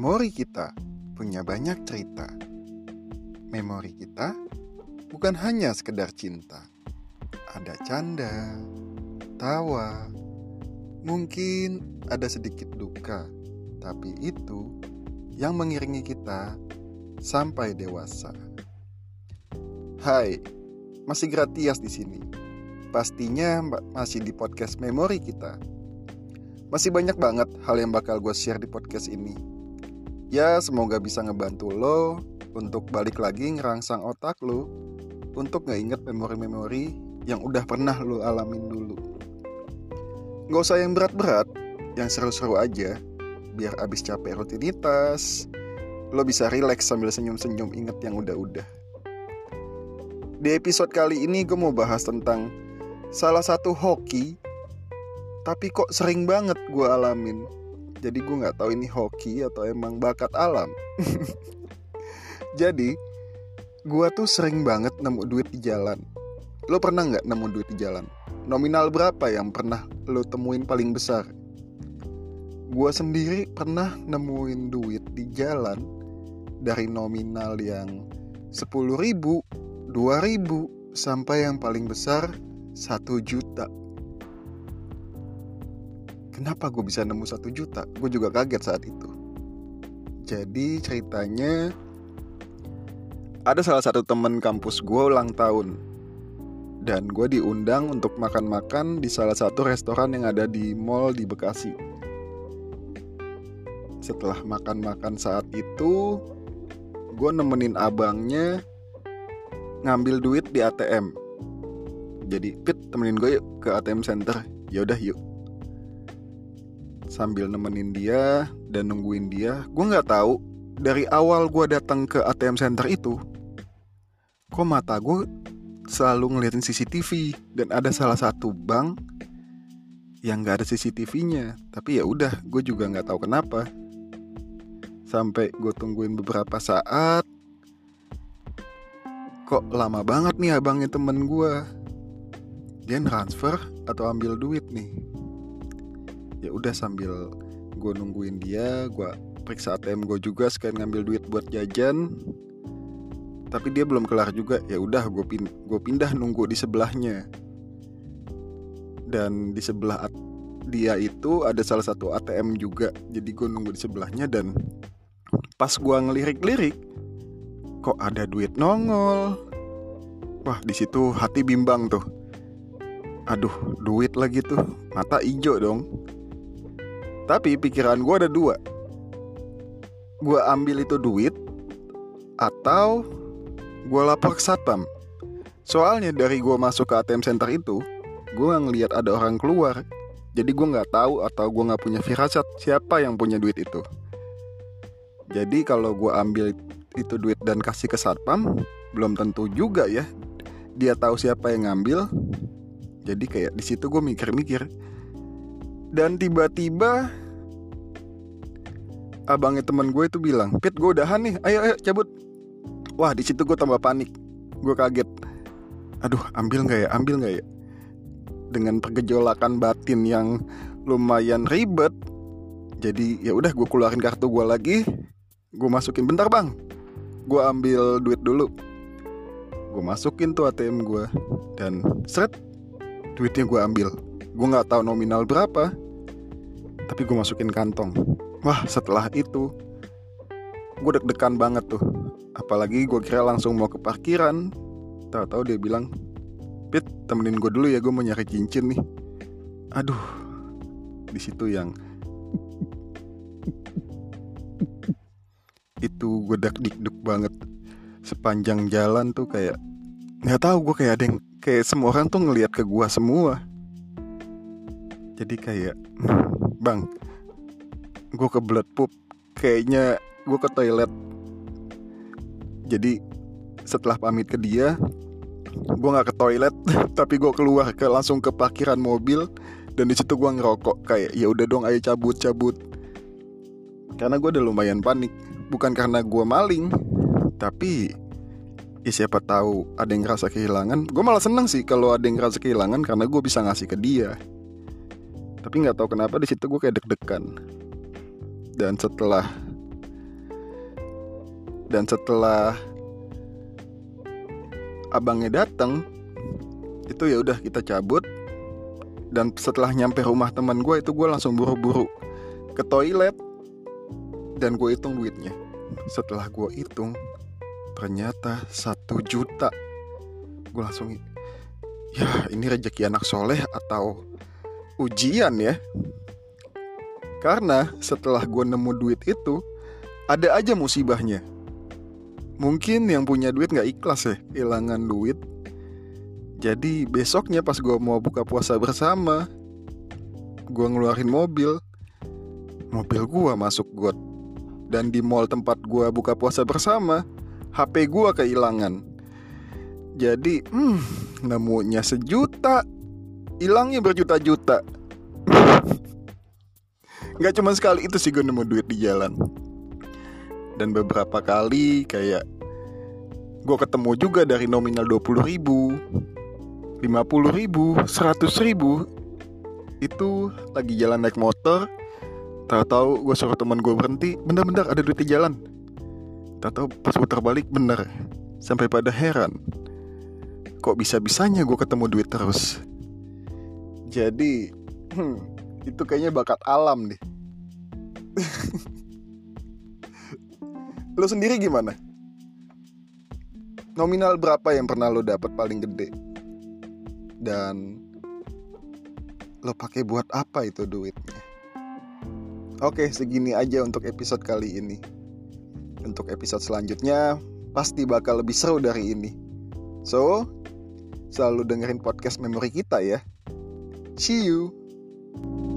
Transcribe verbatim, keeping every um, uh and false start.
Memori kita punya banyak cerita. Memori kita bukan hanya sekedar cinta. Ada canda, tawa, mungkin ada sedikit duka, tapi itu yang mengiringi kita sampai dewasa. Hai, masih Gratias di sini. Pastinya masih di podcast Memori kita. Masih banyak banget hal yang bakal gue share di podcast ini. Ya, semoga bisa ngebantu lo untuk balik lagi ngerangsang otak lo untuk ngeinget memori-memori yang udah pernah lo alamin dulu. Gak usah yang berat-berat, yang seru-seru aja, biar abis capek rutinitas, lo bisa rileks sambil senyum-senyum inget yang udah-udah. Di episode kali ini gue mau bahas tentang salah satu hoki, tapi kok sering banget gue alamin. Jadi gue gak tahu ini hoki atau emang bakat alam. Jadi gue tuh sering banget nemu duit di jalan. Lo pernah gak nemu duit di jalan? Nominal berapa yang pernah lo temuin paling besar? Gue sendiri pernah nemuin duit di jalan dari nominal yang sepuluh ribu, dua ribu, sampai yang paling besar satu juta. Kenapa gue bisa nemu satu juta? Gue juga kaget saat itu. Jadi ceritanya, ada salah satu teman kampus gue ulang tahun, dan gue diundang untuk makan-makan di salah satu restoran yang ada di mall di Bekasi. Setelah makan-makan saat itu, gue nemenin abangnya ngambil duit di A T M. Jadi, Pit, temenin gue yuk ke A T M Center. Yaudah yuk. Sambil nemenin dia dan nungguin dia, gue gak tahu dari awal gue datang ke A T M Center itu, kok mata gue selalu ngeliatin C C T V. Dan ada salah satu bank yang gak ada C C T V-nya. Tapi ya udah, gue juga gak tahu kenapa. Sampai gue tungguin beberapa saat, kok lama banget nih abangnya temen gue. Dia transfer atau ambil duit nih. Ya udah, sambil gue nungguin dia, gue periksa A T M gue juga sekalian ngambil duit buat jajan. Tapi dia belum kelar juga. Ya udah, gue pin- gue pindah nunggu di sebelahnya. Dan di sebelah at- dia itu ada salah satu A T M juga. Jadi gue nunggu di sebelahnya, dan pas gue ngelirik-lirik, kok ada duit nongol. Wah, di situ hati bimbang tuh. Aduh, duit lagi tuh, mata ijo dong. Tapi pikiran gue ada dua. Gue ambil itu duit atau gue lapor ke satpam. Soalnya dari gue masuk ke A T M Center itu, gue ngelihat ada orang keluar. Jadi gue gak tahu atau gue gak punya firasat siapa yang punya duit itu. Jadi kalau gue ambil itu duit dan kasih ke satpam, belum tentu juga ya dia tahu siapa yang ngambil. Jadi kayak di situ gue mikir-mikir. Dan tiba-tiba abangnya teman gue itu bilang, Pit, gue udahan nih, ayo ayo cabut. Wah, di situ gue tambah panik. Gue kaget. Aduh, ambil nggak ya, ambil nggak ya? Dengan pergejolakan batin yang lumayan ribet. Jadi ya udah, gue keluarin kartu gue lagi. Gue masukin, bentar bang, gue ambil duit dulu. Gue masukin tuh A T M gue, dan seret, duitnya gue ambil. Gue gak tahu nominal berapa, tapi gue masukin kantong. Wah, setelah itu gue deg-degan banget tuh. Apalagi gue kira langsung mau ke parkiran. Tahu-tahu dia bilang, Pit, temenin gue dulu ya, gue mau nyari cincin nih. Aduh, di situ yang itu gue deg-deg banget. Sepanjang jalan tuh kayak nggak tahu, gue kayak ada yang, kayak semua orang tuh ngelihat ke gue semua. Jadi kayak, bang, gue kebelet pup, kayaknya gue ke toilet. Jadi setelah pamit ke dia, gue nggak ke toilet, tapi gue keluar ke langsung ke parkiran mobil. Dan di situ gue ngerokok, kayak ya udah dong, ayo cabut cabut. Karena gue udah lumayan panik. Bukan karena gue maling, tapi ya siapa tahu ada yang ngerasa kehilangan. Gue malah seneng sih kalau ada yang ngerasa kehilangan, karena gue bisa ngasih ke dia. Tapi nggak tahu kenapa di situ gue kayak deg-degan. Dan setelah Dan setelah abangnya datang, itu ya udah kita cabut. Dan setelah nyampe rumah teman gue itu gue langsung buru-buru ke toilet dan gue hitung duitnya. Setelah gue hitung ternyata satu juta. Gue langsung, ya ini rezeki anak soleh atau ujian ya. Karena setelah gue nemu duit itu, ada aja musibahnya. Mungkin yang punya duit gak ikhlas ya kehilangan duit. Jadi besoknya pas gue mau buka puasa bersama, gue ngeluarin mobil. Mobil gue masuk got. Dan di mall tempat gue buka puasa bersama, H P gue kehilangan. Jadi hmm, nemunya sejuta, hilangnya berjuta-juta. Gak cuma sekali itu sih gue nemu duit di jalan. Dan beberapa kali kayak gue ketemu juga dari nominal dua puluh ribu, lima puluh ribu, seratus ribu. Itu lagi jalan naik motor, tahu-tahu gue suruh teman gue berhenti, bentar-bentar ada duit di jalan. Tahu-tahu pas putar balik bener. Sampai pada heran, kok bisa-bisanya gue ketemu duit terus. Jadi hmm, itu kayaknya bakat alam nih. Lo sendiri gimana? Nominal berapa yang pernah lo dapat paling gede? Dan lo pakai buat apa itu duitnya? Oke, segini aja untuk episode kali ini. Untuk episode selanjutnya pasti bakal lebih seru dari ini. So, selalu dengerin podcast memori kita ya. See you.